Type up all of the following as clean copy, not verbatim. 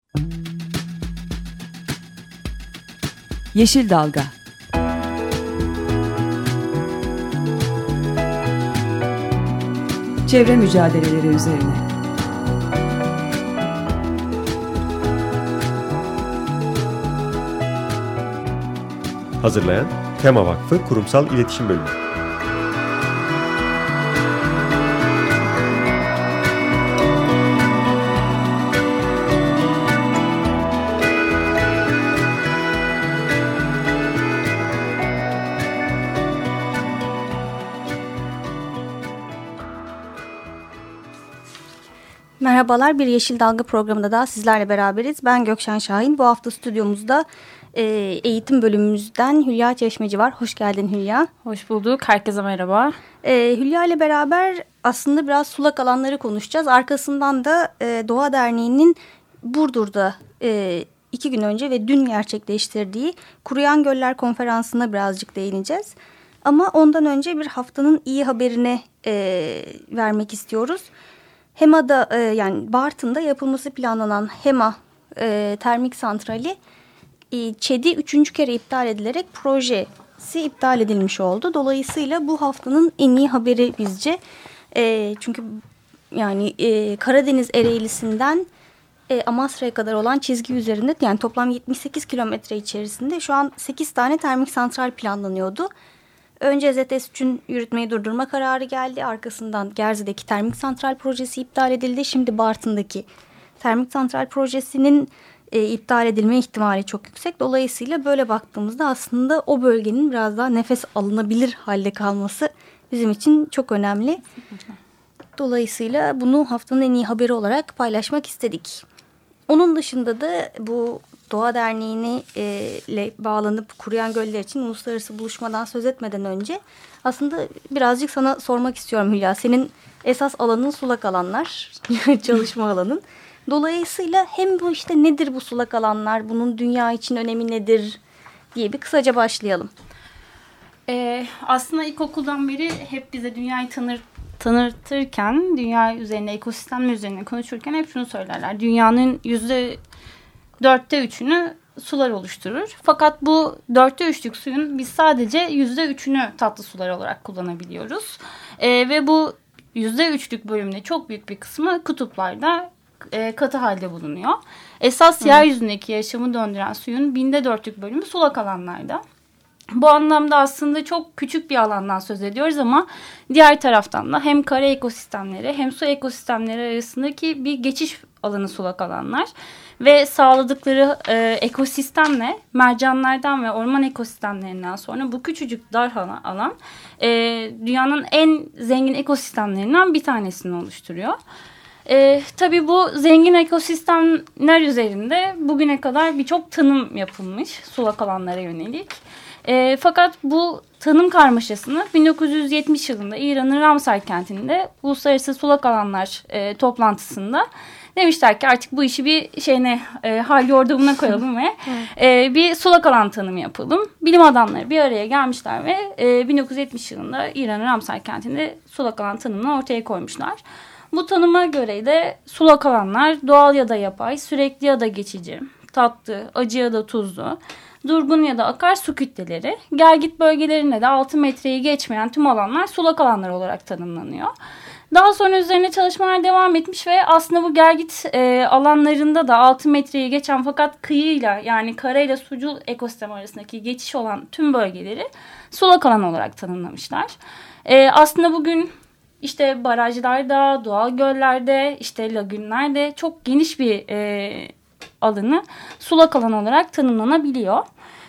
Yeşil Dalga. Çevre mücadeleleri üzerine. Hazırlayan Tema Vakfı Kurumsal İletişim Bölümü. Merhabalar, bir Yeşil Dalga programında daha sizlerle beraberiz. Ben Gökşen Şahin. Bu hafta stüdyomuzda eğitim bölümümüzden Hülya Çeşmeci var. Hoş geldin Hülya. Hoş bulduk. Herkese merhaba. Hülya ile beraber aslında biraz sulak alanları konuşacağız. Arkasından da Doğa Derneği'nin Burdur'da 2 gün önce ve dün gerçekleştirdiği Kuruyan Göller Konferansı'na birazcık değineceğiz. Ama ondan önce bir haftanın iyi haberini vermek istiyoruz. HEMA'da yani Bartın'da yapılması planlanan HEMA termik santrali ÇED'i 3. kere iptal edilerek projesi iptal edilmiş oldu. Dolayısıyla bu haftanın en iyi haberi bizce. Çünkü yani Karadeniz Ereğlisi'nden Amasra'ya kadar olan çizgi üzerinde yani toplam 78 kilometre içerisinde şu an 8 tane termik santral planlanıyordu. Önce ZS3'ün yürütmeyi durdurma kararı geldi. Arkasından Gerze'deki termik santral projesi iptal edildi. Şimdi Bartın'daki termik santral projesinin iptal edilme ihtimali çok yüksek. Dolayısıyla böyle baktığımızda aslında o bölgenin biraz daha nefes alınabilir halde kalması bizim için çok önemli. Dolayısıyla bunu haftanın en iyi haberi olarak paylaşmak istedik. Onun dışında da bu Doğa Derneği'ne ile bağlanıp kuruyan göller için uluslararası buluşmadan söz etmeden önce aslında birazcık sana sormak istiyorum Hülya. Senin esas alanın sulak alanlar, çalışma alanın. Dolayısıyla hem bu işte nedir bu sulak alanlar, bunun dünya için önemi nedir diye bir kısaca başlayalım. Aslında ilkokuldan beri hep bize dünyayı tanıtırken, dünya üzerine, ekosistemler üzerine konuşurken hep şunu söylerler. Dünyanın %4'te 3'ünü sular oluşturur. Fakat bu 4'te 3'lük suyun biz sadece %3'ünü tatlı sular olarak kullanabiliyoruz. Ve bu %3'lük bölümde çok büyük bir kısmı kutuplarda katı halde bulunuyor. Esas yeryüzündeki yaşamı döndüren suyun 4/1000'lük bölümü sulak alanlarda. Bu anlamda aslında çok küçük bir alandan söz ediyoruz ama diğer taraftan da hem kara ekosistemleri hem su ekosistemleri arasındaki bir geçiş alanı sulak alanlar. Ve sağladıkları ekosistemle mercanlardan ve orman ekosistemlerinden sonra bu küçücük dar alan dünyanın en zengin ekosistemlerinden bir tanesini oluşturuyor. Tabii bu zengin ekosistemler üzerinde bugüne kadar birçok tanım yapılmış sulak alanlara yönelik. Fakat bu tanım karmaşasını 1970 yılında İran'ın Ramsar kentinde Uluslararası Sulak Alanlar toplantısında demişler ki artık bu işi bir hal yordamına koyalım ve bir sulak alan tanımı yapalım. Bilim adamları bir araya gelmişler ve 1970 yılında İran'ın Ramsar kentinde sulak alan tanımını ortaya koymuşlar. Bu tanıma göre de sulak alanlar doğal ya da yapay, sürekli ya da geçici, tatlı, acı ya da tuzlu, durgun ya da akarsu kütleleri, gelgit bölgelerinde de 6 metreyi geçmeyen tüm alanlar sulak alanlar olarak tanımlanıyor. Daha sonra üzerine çalışmalar devam etmiş ve aslında bu gelgit alanlarında da 6 metreyi geçen fakat kıyıyla yani karayla sucul ekosistem arasındaki geçiş olan tüm bölgeleri sulak alan olarak tanımlamışlar. Aslında bugün işte barajlarda, doğal göllerde, işte lagünlerde çok geniş bir alanı sulak alan olarak tanımlanabiliyor.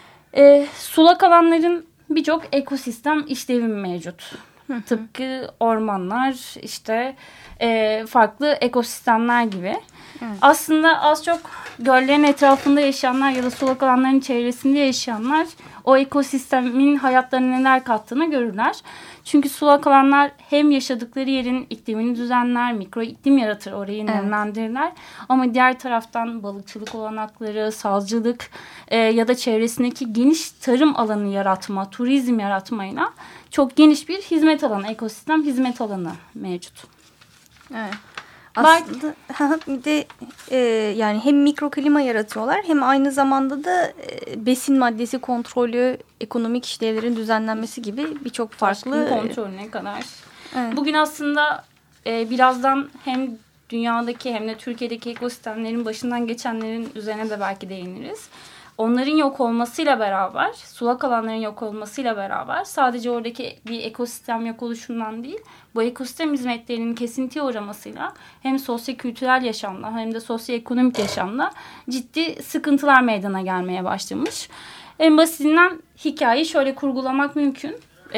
Sulak alanların birçok ekosistem işlevi mevcut. Tıpkı ormanlar, işte farklı ekosistemler gibi. Aslında az çok göllerin etrafında yaşayanlar ya da sulak alanların çevresinde yaşayanlar o ekosistemin hayatlarına neler kattığını görürler. Çünkü sulak alanlar hem yaşadıkları yerin iklimini düzenler, mikro iklim yaratır, orayı nemlendirirler. Ama diğer taraftan balıkçılık olanakları, sazcılık ya da çevresindeki geniş tarım alanı yaratma, turizm yaratmayla çok geniş bir hizmet alanı, ekosistem hizmet alanı mevcut. Evet. Aslında bir de yani hem mikroklima yaratıyorlar hem aynı zamanda da besin maddesi kontrolü, ekonomik işlevlerin düzenlenmesi gibi birçok farklı kontrolüne kadar. Evet. Bugün aslında birazdan hem dünyadaki hem de Türkiye'deki ekosistemlerin başından geçenlerin üzerine de belki değiniriz. Onların yok olmasıyla beraber, sulak alanların yok olmasıyla beraber sadece oradaki bir ekosistem yok oluşundan değil, bu ekosistem hizmetlerinin kesintiye uğramasıyla hem sosyo-kültürel yaşamda hem de sosyo-ekonomik yaşamda ciddi sıkıntılar meydana gelmeye başlamış. En basitinden hikayeyi şöyle kurgulamak mümkün.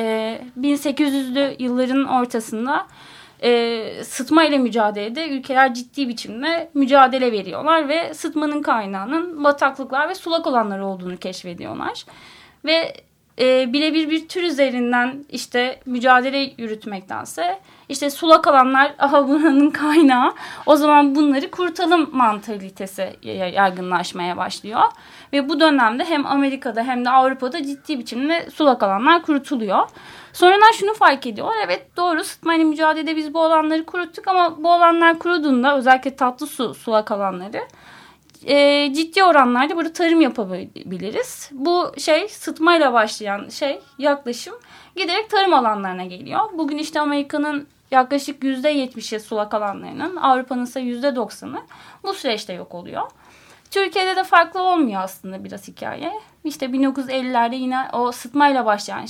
1800'lü yılların ortasında sıtma ile mücadelede ülkeler ciddi biçimde mücadele veriyorlar ve sıtmanın kaynağının bataklıklar ve sulak alanlar olduğunu keşfediyorlar. Ve birebir bir tür üzerinden işte mücadele yürütmektense işte sulak alanlar buranın kaynağı, o zaman bunları kurutalım mantalitesi yaygınlaşmaya başlıyor. Ve bu dönemde hem Amerika'da hem de Avrupa'da ciddi biçimde sulak alanlar kurutuluyor. Sonradan şunu fark ediyorlar. Evet, doğru, sıtmayla mücadelede biz bu alanları kuruttuk ama bu alanlar kuruduğunda özellikle tatlı sulak alanları ciddi oranlarda burada tarım yapabiliriz. Bu sıtmayla başlayan yaklaşım giderek tarım alanlarına geliyor. Bugün işte Amerika'nın yaklaşık %70'i sulak alanlarının, Avrupa'nın ise %90'ı bu süreçte yok oluyor. Türkiye'de de farklı olmuyor aslında biraz hikaye. İşte 1950'lerde yine o sıtmayla başlayan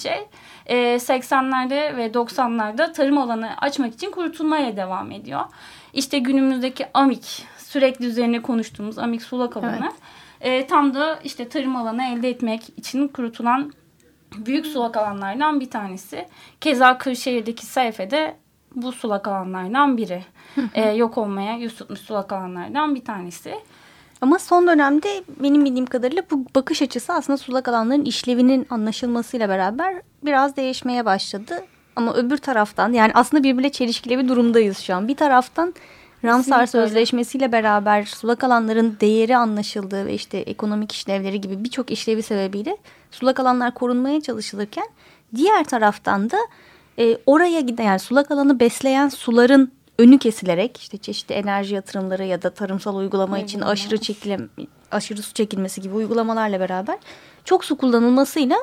80'lerde ve 90'larda tarım alanı açmak için kurutulmaya devam ediyor. İşte günümüzdeki AMİK, sürekli üzerine konuştuğumuz AMİK sulak alanı, tam da işte tarım alanı elde etmek için kurutulan büyük sulak alanlardan bir tanesi. Keza Kırşehir'deki Seyfe'de bu sulak alanlardan biri. Yok olmaya yüz tutmuş sulak alanlardan bir tanesi. Ama son dönemde benim bildiğim kadarıyla bu bakış açısı aslında sulak alanların işlevinin anlaşılmasıyla beraber biraz değişmeye başladı. Ama öbür taraftan, yani aslında birbirine çelişkili bir durumdayız şu an. Bir taraftan Ramsar Sözleşmesi'yle beraber sulak alanların değeri anlaşıldığı ve işte ekonomik işlevleri gibi birçok işlevi sebebiyle sulak alanlar korunmaya çalışılırken, diğer taraftan da oraya giden, yani sulak alanı besleyen suların önü kesilerek işte çeşitli enerji yatırımları ya da tarımsal uygulama için aşırı su çekilmesi gibi uygulamalarla beraber çok su kullanılmasıyla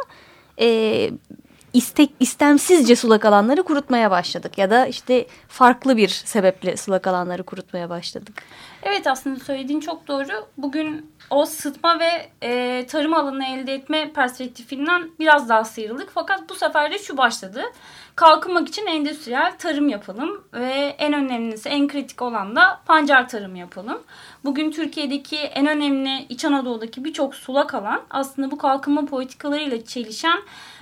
istemsizce sulak alanları kurutmaya başladık ya da işte farklı bir sebeple sulak alanları kurutmaya başladık. Evet, aslında söylediğin çok doğru. Bugün o sıtma ve tarım alanını elde etme perspektifinden biraz daha sıyrıldık. Fakat bu sefer de şu başladı. Kalkınmak için endüstriyel tarım yapalım ve en önemlisi, en kritik olan da pancar tarımı yapalım. Bugün Türkiye'deki en önemli İç Anadolu'daki birçok sulak alan aslında bu kalkınma politikalarıyla çelişen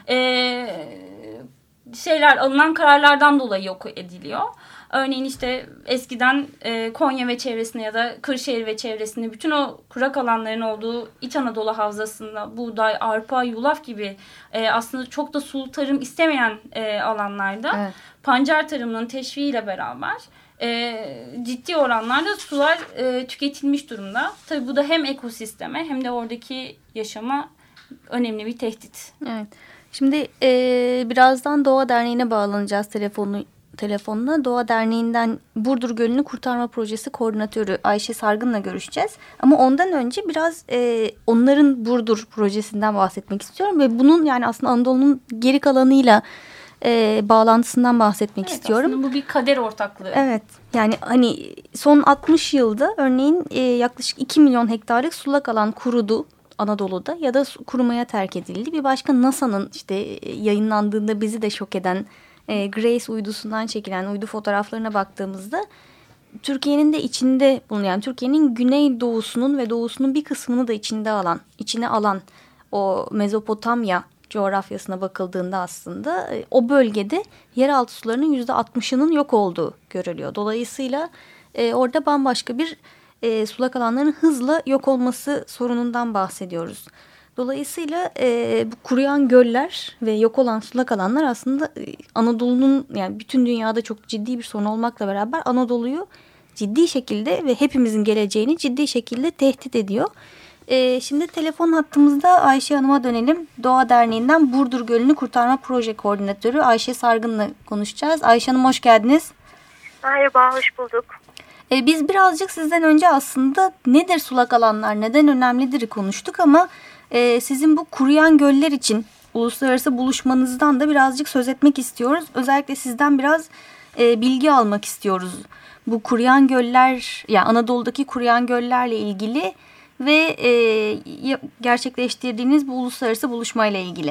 alınan kararlardan dolayı yok ediliyor. Örneğin işte eskiden Konya ve çevresinde ya da Kırşehir ve çevresinde bütün o kurak alanların olduğu İç Anadolu havzasında buğday, arpa, yulaf gibi aslında çok da sulu tarım istemeyen alanlarda pancar tarımının teşviğiyle beraber ciddi oranlarda sular tüketilmiş durumda. Tabii bu da hem ekosisteme hem de oradaki yaşama önemli bir tehdit. Evet. Şimdi birazdan Doğa Derneği'ne bağlanacağız telefonla. Doğa Derneği'nden Burdur Gölü'nü Kurtarma Projesi Koordinatörü Ayşe Sargın'la görüşeceğiz. Ama ondan önce biraz onların Burdur projesinden bahsetmek istiyorum. Ve bunun yani aslında Anadolu'nun geri kalanıyla bağlantısından bahsetmek istiyorum. Aslında bu bir kader ortaklığı. Evet, yani hani son 60 yılda örneğin yaklaşık 2 milyon hektarlık sulak alan kurudu Anadolu'da ya da kurumaya terk edildi. Bir başka NASA'nın işte yayınlandığında bizi de şok eden Grace uydusundan çekilen uydu fotoğraflarına baktığımızda Türkiye'nin de içinde bulunan, Türkiye'nin güneydoğusunun ve doğusunun bir kısmını da içine alan o Mezopotamya coğrafyasına bakıldığında aslında o bölgede yeraltı sularının %60'ının yok olduğu görülüyor. Dolayısıyla orada bambaşka bir sulak alanların hızla yok olması sorunundan bahsediyoruz. Dolayısıyla bu kuruyan göller ve yok olan sulak alanlar aslında Anadolu'nun, yani bütün dünyada çok ciddi bir sorun olmakla beraber Anadolu'yu ciddi şekilde ve hepimizin geleceğini ciddi şekilde tehdit ediyor. Şimdi telefon hattımızda Ayşe Hanım'a dönelim. Doğa Derneği'nden Burdur Gölü'nü Kurtarma Proje Koordinatörü Ayşe Sargın'la konuşacağız. Ayşe Hanım, hoş geldiniz. Merhaba, hoş bulduk. Biz birazcık sizden önce aslında nedir sulak alanlar, neden önemlidir konuştuk ama sizin bu kuruyan göller için uluslararası buluşmanızdan da birazcık söz etmek istiyoruz. Özellikle sizden biraz bilgi almak istiyoruz. Bu kuruyan göller, yani Anadolu'daki kuruyan göllerle ilgili ve gerçekleştirdiğiniz bu uluslararası buluşmayla ilgili.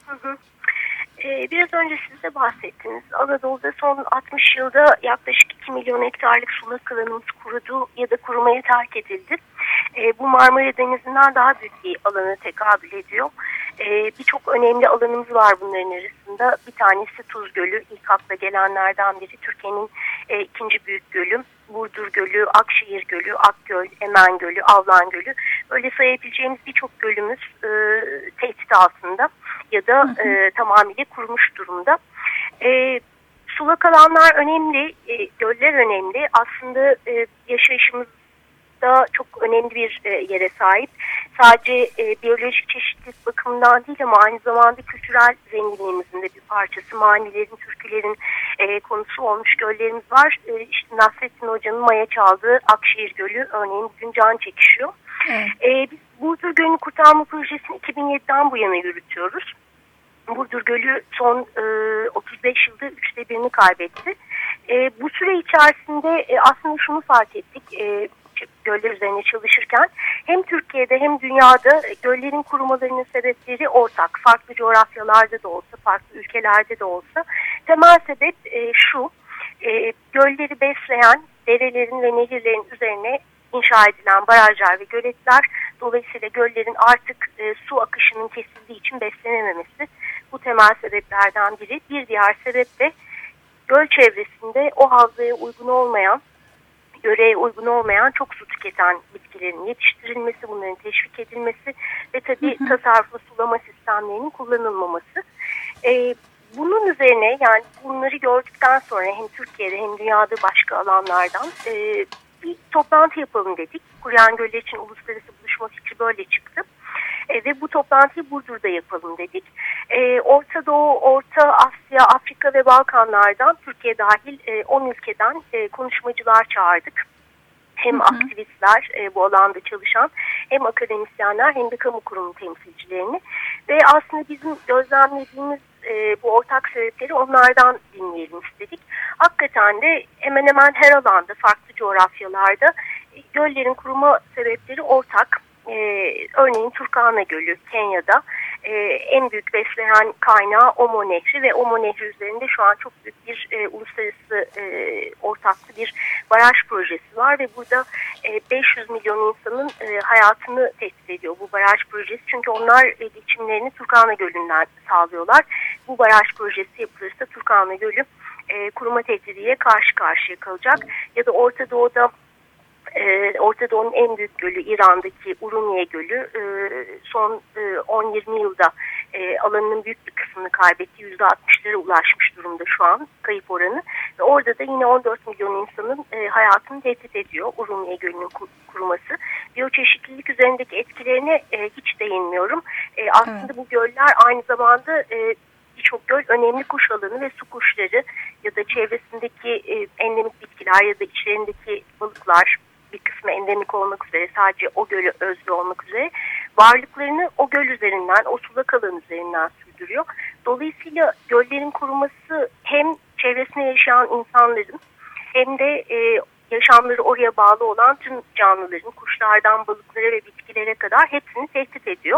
Biraz önce siz de bahsettiniz. Anadolu'da son 60 yılda yaklaşık 2 milyon hektarlık sulak alanımız kurudu ya da kurumaya terk edildi. Bu Marmara Denizi'nden daha büyük bir alana tekabül ediyor. Birçok önemli alanımız var bunların arasında. Bir tanesi Tuz Gölü, ilk akla gelenlerden biri. Türkiye'nin ikinci büyük gölü. Burdur Gölü, Akşehir Gölü, Akgöl, Emen Gölü, Avlan Gölü. Böyle sayabileceğimiz birçok gölümüz tehdit altında ya da tamamıyla kurumuş durumda. Sulak alanlar önemli, göller önemli. Aslında yaşayışımızda çok önemli bir yere sahip. Sadece biyolojik çeşitlilik bakımından değil ama aynı zamanda kültürel zenginliğimizin de bir parçası. Manilerin, türkülerin konusu olmuş göllerimiz var. İşte Nasrettin Hoca'nın maya çaldığı Akşehir Gölü örneğin bugün can çekişiyor. Evet. Biz Burdur Gölü'nü kurtarma projesini 2007'den bu yana yürütüyoruz. Burdur Gölü son 35 yılda 1/3'ünü kaybetti. Bu süre içerisinde aslında şunu fark ettik. Göller üzerine çalışırken hem Türkiye'de hem dünyada göllerin kurumalarının sebepleri ortak. Farklı coğrafyalarda da olsa, farklı ülkelerde de olsa. Temel sebep şu, gölleri besleyen derelerin ve nehirlerin üzerine inşa edilen barajlar ve göletler, dolayısıyla göllerin artık su akışının kesildiği için beslenememesi. Bu temel sebeplerden biri. Bir diğer sebep de göl çevresinde o havzaya uygun olmayan, yöreye uygun olmayan çok su tüketen bitkilerin yetiştirilmesi, bunların teşvik edilmesi ve tabii tasarruflu sulama sistemlerinin kullanılmaması. Bunun üzerine, yani bunları gördükten sonra hem Türkiye'de hem dünyada başka alanlardan bir toplantı yapalım dedik. Kuruyan Göller için uluslararası buluşma fikri böyle çıktı. Ve bu toplantıyı Burdur'da yapalım dedik. Orta Doğu, Orta Asya, Afrika ve Balkanlardan, Türkiye dahil 10 ülkeden konuşmacılar çağırdık. Hem aktivistler, bu alanda çalışan, hem akademisyenler hem de kamu kurumu temsilcilerini. Ve aslında bizim gözlemlediğimiz bu ortak sebepleri onlardan dinleyelim istedik. Hakikaten de hemen hemen her alanda, farklı coğrafyalarda göllerin kuruma sebepleri ortak. Örneğin Turkana Gölü Kenya'da en büyük besleyen kaynağı Omo Nehri ve Omo Nehri üzerinde şu an çok büyük bir uluslararası ortaklı bir baraj projesi var ve burada 500 milyon insanın hayatını tehdit ediyor bu baraj projesi. Çünkü onlar geçimlerini Turkana Gölü'nden sağlıyorlar. Bu baraj projesi yapılırsa Turkana Gölü kuruma tehdidiyle karşı karşıya kalacak. Ya da Orta Doğu'nun en büyük gölü İran'daki Urmiye Gölü son 10-20 yılda alanının büyük bir kısmını kaybetti. %60'lara ulaşmış durumda şu an kayıp oranı. Ve orada da yine 14 milyon insanın hayatını tehdit ediyor Urmiye Gölü'nün kuruması. Biyoçeşitlilik üzerindeki etkilerine hiç değinmiyorum. Aslında bu göller aynı zamanda birçok göl önemli kuş alanı ve su kuşları ya da çevresindeki endemik bitkiler ya da içlerindeki balıklar, bir kısmı endemik olmak üzere, sadece o gölü özlü olmak üzere varlıklarını o göl üzerinden, o sulak alan üzerinden sürdürüyor. Dolayısıyla göllerin kuruması hem çevresine yaşayan insanların hem de yaşamları oraya bağlı olan tüm canlıların, kuşlardan balıklara ve bitkilere kadar hepsini tehdit ediyor.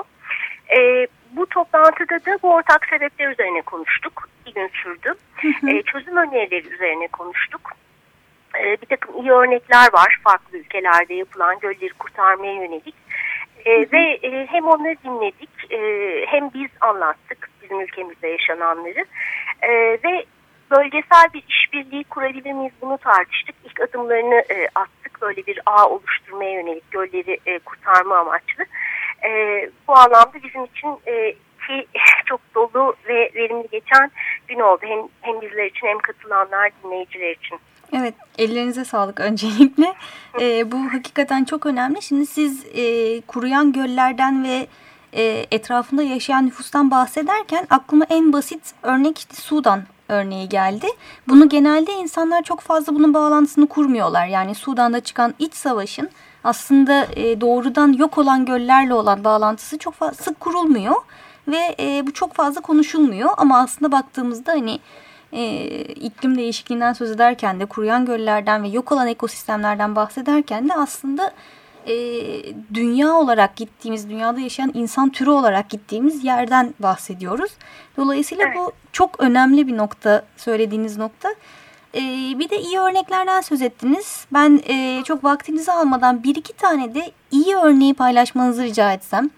Bu toplantıda da bu ortak sebepler üzerine konuştuk. 2 gün sürdü. Çözüm önerileri üzerine konuştuk. Bir takım iyi örnekler var farklı ülkelerde yapılan gölleri kurtarmaya yönelik. Ve hem onları dinledik hem biz anlattık bizim ülkemizde yaşananları. Ve bölgesel bir işbirliği kurabilir miyiz bunu tartıştık. İlk adımlarını attık, böyle bir ağ oluşturmaya yönelik gölleri kurtarma amaçlı. Bu anlamda bizim için ki çok dolu ve verimli geçen gün oldu. Hem bizler için hem katılanlar, dinleyiciler için. Evet, ellerinize sağlık öncelikle. Bu hakikaten çok önemli. Şimdi siz kuruyan göllerden ve etrafında yaşayan nüfustan bahsederken aklıma en basit örnek işte Sudan örneği geldi. Bunu genelde insanlar çok fazla bunun bağlantısını kurmuyorlar. Yani Sudan'da çıkan iç savaşın aslında doğrudan yok olan göllerle olan bağlantısı çok sık kurulmuyor. Ve bu çok fazla konuşulmuyor. Ama aslında baktığımızda hani iklim değişikliğinden söz ederken de kuruyan göllerden ve yok olan ekosistemlerden bahsederken de aslında dünya olarak gittiğimiz, dünyada yaşayan insan türü olarak gittiğimiz yerden bahsediyoruz. Dolayısıyla bu çok önemli bir nokta, söylediğiniz nokta. Bir de iyi örneklerden söz ettiniz. Ben çok vaktinizi almadan bir iki tane de iyi örneği paylaşmanızı rica etsem.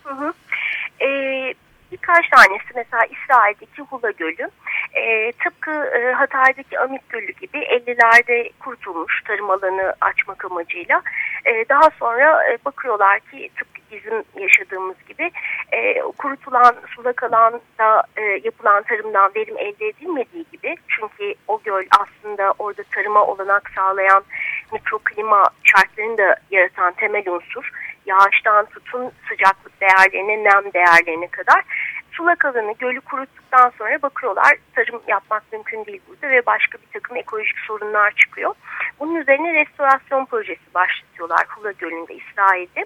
Birkaç tanesi mesela İsrail'deki Hula Gölü. Tıpkı Hatay'daki Amit Gölü gibi 50'lerde kurutulmuş tarım alanı açmak amacıyla. Daha sonra bakıyorlar ki tıpkı bizim yaşadığımız gibi kurutulan sulak alanda yapılan tarımdan verim elde edilmediği gibi. Çünkü o göl aslında orada tarıma olanak sağlayan mikroklima şartlarını da yaratan temel unsur. Yağıştan tutun sıcaklık değerlerine, nem değerlerine kadar. Sulak alanı, gölü kuruttuktan sonra bakıyorlar tarım yapmak mümkün değil burada ve başka bir takım ekolojik sorunlar çıkıyor. Bunun üzerine restorasyon projesi başlatıyorlar Hula Gölü'nde, İsrail'de.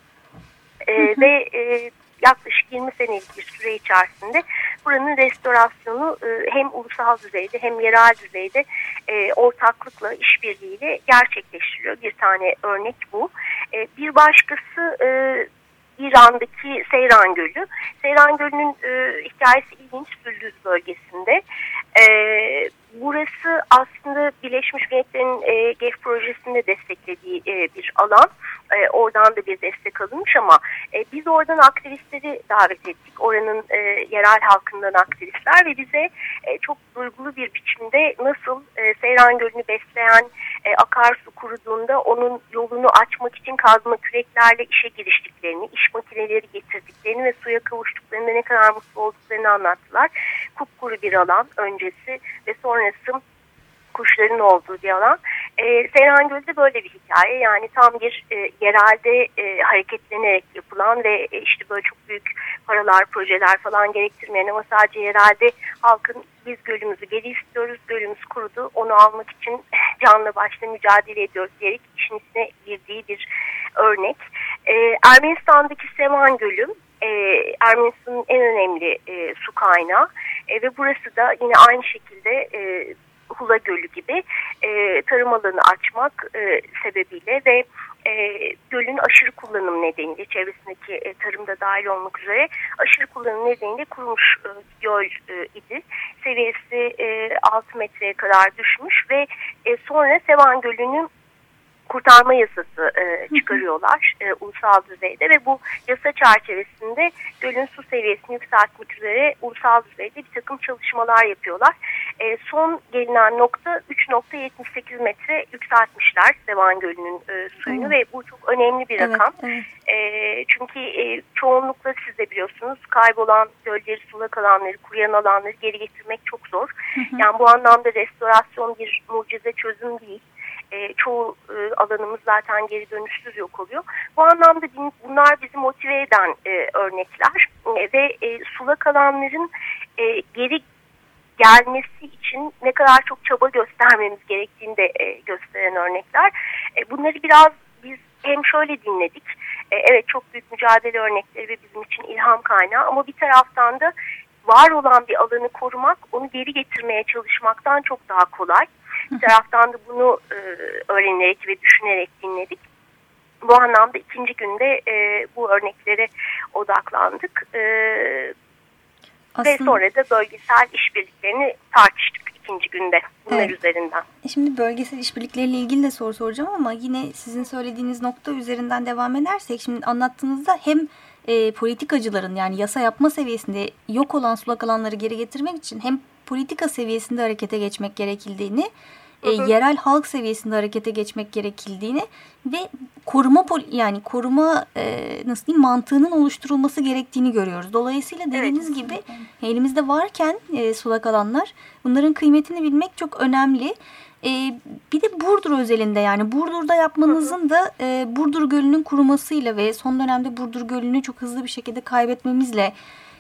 Ve yaklaşık 20 senelik bir süre içerisinde buranın restorasyonu hem ulusal düzeyde hem yerel düzeyde ortaklıkla, işbirliğiyle gerçekleştiriliyor. Bir tane örnek bu. Bir başkası İran'daki Seyran Gölü. Seyran Gölü'nün hikayesi ilginç, Süldüz bölgesinde. Burası aslında Birleşmiş Milletler'in GEF projesinde desteklediği bir alan. Oradan da bir destek alınmış ama biz oradan aktivistleri davet ettik. Oranın yerel halkından aktivistler ve bize çok duygulu bir biçimde nasıl Seyran Gölü'nü besleyen akarsu kuruduğunda onun yolunu açmak için kazma küreklerle işe giriştiklerini, iş makineleri getirdiklerini ve suya kavuştuklarında ne kadar mutlu olduklarını anlattılar. Kupkuru bir alan öncesi ve sonrası kuşların olduğu bir alan. Seyran Gölü'de böyle bir hikaye, yani tam bir yerelde hareketlenerek yapılan ve işte böyle çok büyük paralar, projeler falan gerektirmeyen ama sadece yerelde halkın biz gölümüzü geri istiyoruz, gölümüz kurudu, onu almak için canla başla mücadele ediyoruz diyerek işin içine girdiği bir örnek. Ermenistan'daki Sevan Gölü, Ermenistan'ın en önemli su kaynağı ve burası da yine aynı şekilde Hula Gölü gibi tarım alanı açmak sebebiyle ve gölün aşırı kullanım nedeniyle, çevresindeki tarımda dahil olmak üzere aşırı kullanım nedeniyle kurumuş göl idi. Seviyesi 6 metreye kadar düşmüş ve sonra Sevan Gölü'nün kurtarma yasası çıkarıyorlar ulusal düzeyde ve bu yasa çerçevesinde gölün su seviyesini yükseltmek üzere ulusal düzeyde bir takım çalışmalar yapıyorlar. Son gelinen nokta 3.78 metre yükseltmişler Sevan Gölü'nün suyunu ve bu çok önemli bir rakam. Evet. Çünkü çoğunlukla siz de biliyorsunuz kaybolan gölleri, sulak alanları, kuruyan alanları geri getirmek çok zor. Yani bu anlamda restorasyon bir mucize çözüm değil. Çoğu alanımız zaten geri dönüşsüz yok oluyor. Bu anlamda bunlar bizi motive eden örnekler ve sulak alanların geri gelmesi için ne kadar çok çaba göstermemiz gerektiğini de gösteren örnekler. Bunları biraz biz hem şöyle dinledik. Evet, çok büyük mücadele örnekleri ve bizim için ilham kaynağı ama bir taraftan da var olan bir alanı korumak, onu geri getirmeye çalışmaktan çok daha kolay. Bir taraftan da bunu öğrenerek ve düşünerek dinledik. Bu anlamda ikinci günde bu örneklere odaklandık. Ve sonra da bölgesel işbirliklerini tartıştık ikinci günde bunlar üzerinden. Şimdi bölgesel işbirlikleriyle ilgili de soru soracağım ama yine sizin söylediğiniz nokta üzerinden devam edersek, şimdi anlattığınızda hem politikacıların, yani yasa yapma seviyesinde yok olan sulak alanları geri getirmek için hem politika seviyesinde harekete geçmek gerekildiğini, yerel halk seviyesinde harekete geçmek gerekildiğini ve koruma nasıl diyeyim, mantığının oluşturulması gerektiğini görüyoruz. Dolayısıyla dediğiniz gibi elimizde varken sulak alanlar, bunların kıymetini bilmek çok önemli. Bir de Burdur özelinde, yani Burdur'da yapmanızın da Burdur Gölü'nün kurumasıyla ve son dönemde Burdur Gölü'nü çok hızlı bir şekilde kaybetmemizle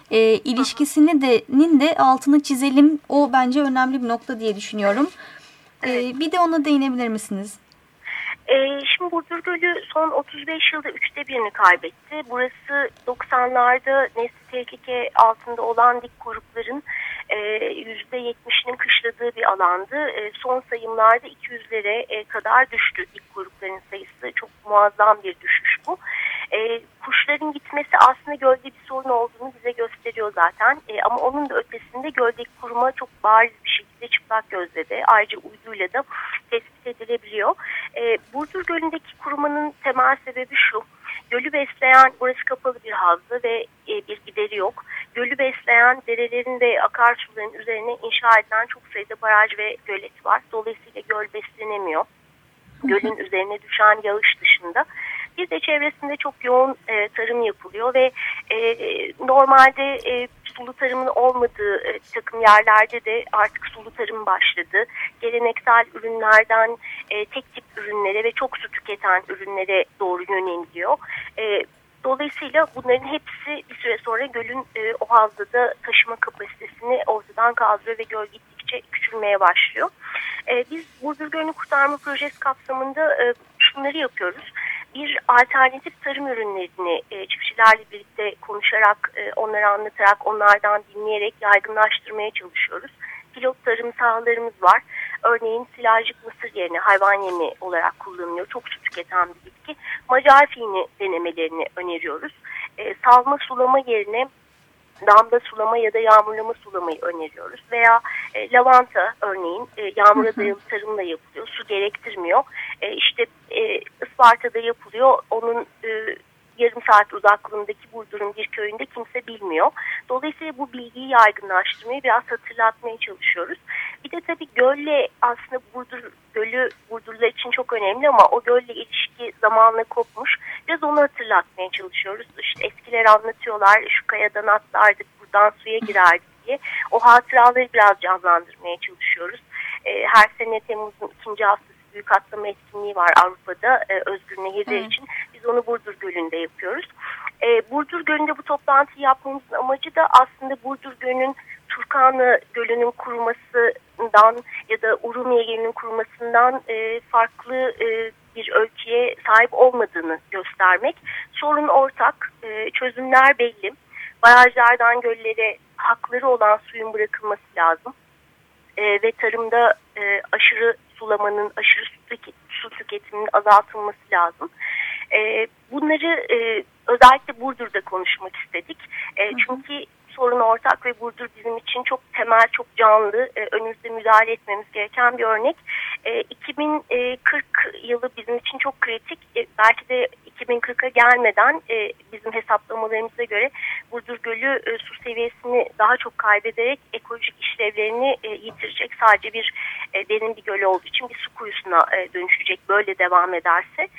ilişkisinin de altını çizelim. O bence önemli bir nokta diye düşünüyorum. Bir de ona değinebilir misiniz? Şimdi Burdur Gölü son 35 yılda 1/3'ünü kaybetti. Burası 90'larda nesli tehlike altında olan dik kuyrukların %70'inin kışladığı bir alandı. Son sayımlarda 200'lere kadar düştü dik kuyrukların sayısı. Çok muazzam bir düşüş bu. Kuşların gitmesi aslında gölde bir sorun olduğunu bize gösteriyor zaten. Ama onun da ötesinde göldeki kuruma çok bariz bir şekilde çıplak gözle de ayrıca uyduyla da tespit edilebiliyor. Burdur Gölü'ndeki kurumanın temel sebebi şu. Gölü besleyen, burası kapalı bir havza ve bir gideri yok. Gölü besleyen derelerin ve akarsuların üzerine inşa edilen çok sayıda baraj ve gölet var. Dolayısıyla göl beslenemiyor. Gölün üzerine düşen yağış dışında. Bir de çevresinde çok yoğun tarım yapılıyor ve normalde sulu tarımın olmadığı takım yerlerde de artık sulu tarım başladı. Geleneksel ürünlerden tek tip ürünlere ve çok su tüketen ürünlere doğru yöneliyor. Dolayısıyla bunların hepsi bir süre sonra gölün o havzada taşıma kapasitesini ortadan kaldırıyor ve göl gittikçe küçülmeye başlıyor. Biz Burdur Gölü'nü kurtarma projesi kapsamında şunları yapıyoruz. Bir alternatif tarım ürünlerini çiftçilerle birlikte konuşarak, onları anlatarak, onlardan dinleyerek yaygınlaştırmaya çalışıyoruz. Pilot tarım sahalarımız var. Örneğin silajlık mısır yerine hayvan yemi olarak kullanılıyor. Çok su tüketen bir bitki. Macar fiini denemelerini öneriyoruz. Salma sulama yerine damla sulama ya da yağmurlama sulamayı öneriyoruz. Veya lavanta örneğin yağmura dayalı tarımla yapılıyor. Su gerektirmiyor. Isparta'da yapılıyor. Onun yarım saat uzaklığındaki Burdur'un bir köyünde kimse bilmiyor. Dolayısıyla bu bilgiyi yaygınlaştırmayı biraz hatırlatmaya çalışıyoruz. Bir de tabii gölle aslında Burdur Gölü Burdurlar için çok önemli ama o gölle ilişki zamanla kopmuş. Biraz onu hatırlatmaya çalışıyoruz. İşte eskiler anlatıyorlar, şu kayadan atlardık, buradan suya girerdik diye. O hatıraları biraz canlandırmaya çalışıyoruz. Her sene Temmuz'un 2. haftası büyük atlama etkinliği var Avrupa'da Özgür Nehirler için. Biz onu Burdur Gölü'nde yapıyoruz. Burdur Gölü'nde bu toplantıyı yapmamızın amacı da aslında Burdur Gölü'nün Turkanlı Gölü'nün kurumasından ya da Urumiye Gölü'nün kurumasından farklı bir ölçüye sahip olmadığını göstermek. Sorun ortak, çözümler belli. Barajlardan göllere hakları olan suyun bırakılması lazım. Ve tarımda aşırı sulamanın, aşırı su tüketiminin azaltılması lazım. Bunları özellikle Burdur'da konuşmak istedik. Çünkü sorun ortak ve Burdur bizim için çok temel, çok canlı, önümüzde müdahale etmemiz gereken bir örnek. 2040 yılı bizim için çok kritik. Belki de 2040'a gelmeden bizim hesaplamalarımıza göre Burdur Gölü su seviyesini daha çok kaybederek ekolojik işlevlerini yitirecek. Sadece bir derin bir göl olduğu için bir su kuyusuna dönüşecek böyle devam ederse.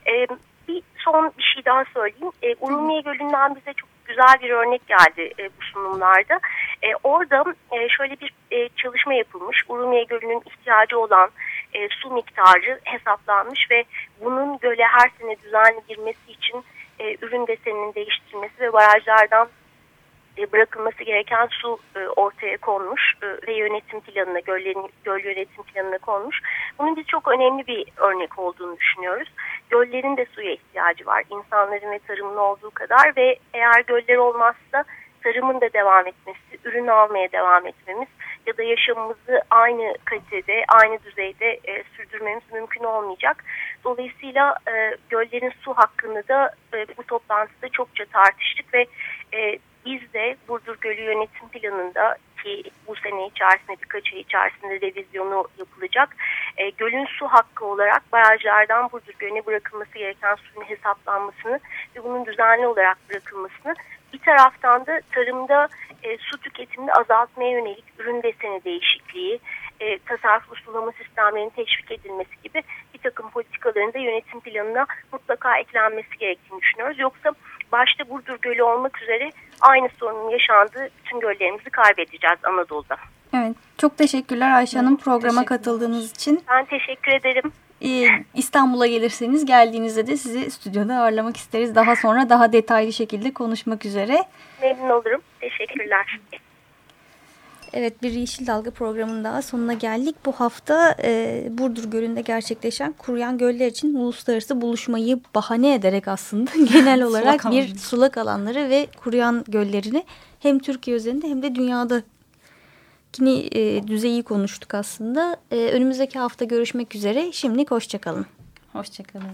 Son bir şey daha söyleyeyim. Urumiye Gölü'nden bize çok güzel bir örnek geldi bu sunumlarda. Orada şöyle bir çalışma yapılmış. Urumiye Gölü'nün ihtiyacı olan su miktarı hesaplanmış ve bunun göle her sene düzenli girmesi için ürün deseninin değiştirilmesi ve barajlardan bırakılması gereken su ortaya konmuş ve yönetim planına, göl yönetim planına konmuş. Bunun biz çok önemli bir örnek olduğunu düşünüyoruz. Göllerin de suya ihtiyacı var. İnsanların ve tarımın olduğu kadar ve eğer göller olmazsa tarımın da devam etmesi, ürün almaya devam etmemiz ya da yaşamımızı aynı kalitede, aynı düzeyde sürdürmemiz mümkün olmayacak. Dolayısıyla göllerin su hakkını da bu toplantıda çokça tartıştık ve biz de Burdur Gölü Yönetim Planı'nda ki bu sene içerisinde birkaç ay içerisinde revizyonu yapılacak. Gölün su hakkı olarak barajlardan Burdur Gölü'ne bırakılması gereken suyun hesaplanmasını ve bunun düzenli olarak bırakılmasını, bir taraftan da tarımda su tüketimini azaltmaya yönelik ürün deseni değişikliği, tasarruflu sulama sistemlerinin teşvik edilmesi gibi bir takım politikaların da yönetim planına mutlaka eklenmesi gerektiğini düşünüyoruz. Yoksa başta Burdur Gölü olmak üzere aynı sorunun yaşandığı bütün göllerimizi kaybedeceğiz Anadolu'da. Evet, çok teşekkürler Ayşe Hanım programa katıldığınız için. Ben teşekkür ederim. İstanbul'a gelirseniz geldiğinizde de sizi stüdyoda ağırlamak isteriz. Daha sonra daha detaylı şekilde konuşmak üzere. Memnun olurum. Teşekkürler. Evet, bir Yeşil Dalga programının daha sonuna geldik. Bu hafta Burdur Gölü'nde gerçekleşen kuruyan göller için uluslararası buluşmayı bahane ederek aslında genel olarak bir sulak alanları ve kuruyan göllerini hem Türkiye üzerinde hem de dünyada düzeyi konuştuk aslında. Önümüzdeki hafta görüşmek üzere. Şimdilik hoşçakalın. Hoşçakalın.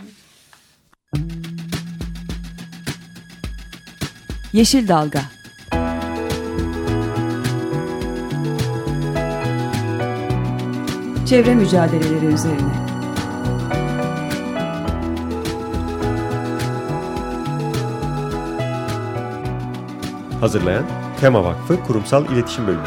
Yeşil Dalga. Çevre mücadeleleri üzerine. Hazırlayan Tema Vakfı Kurumsal İletişim Bölümü.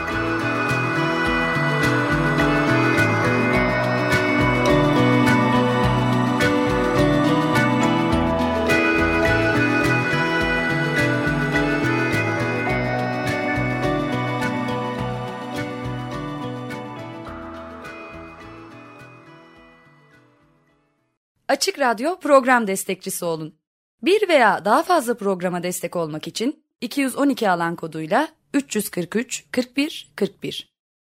Açık Radyo program destekçisi olun. Bir veya daha fazla programa destek olmak için 212 alan koduyla 343 41 41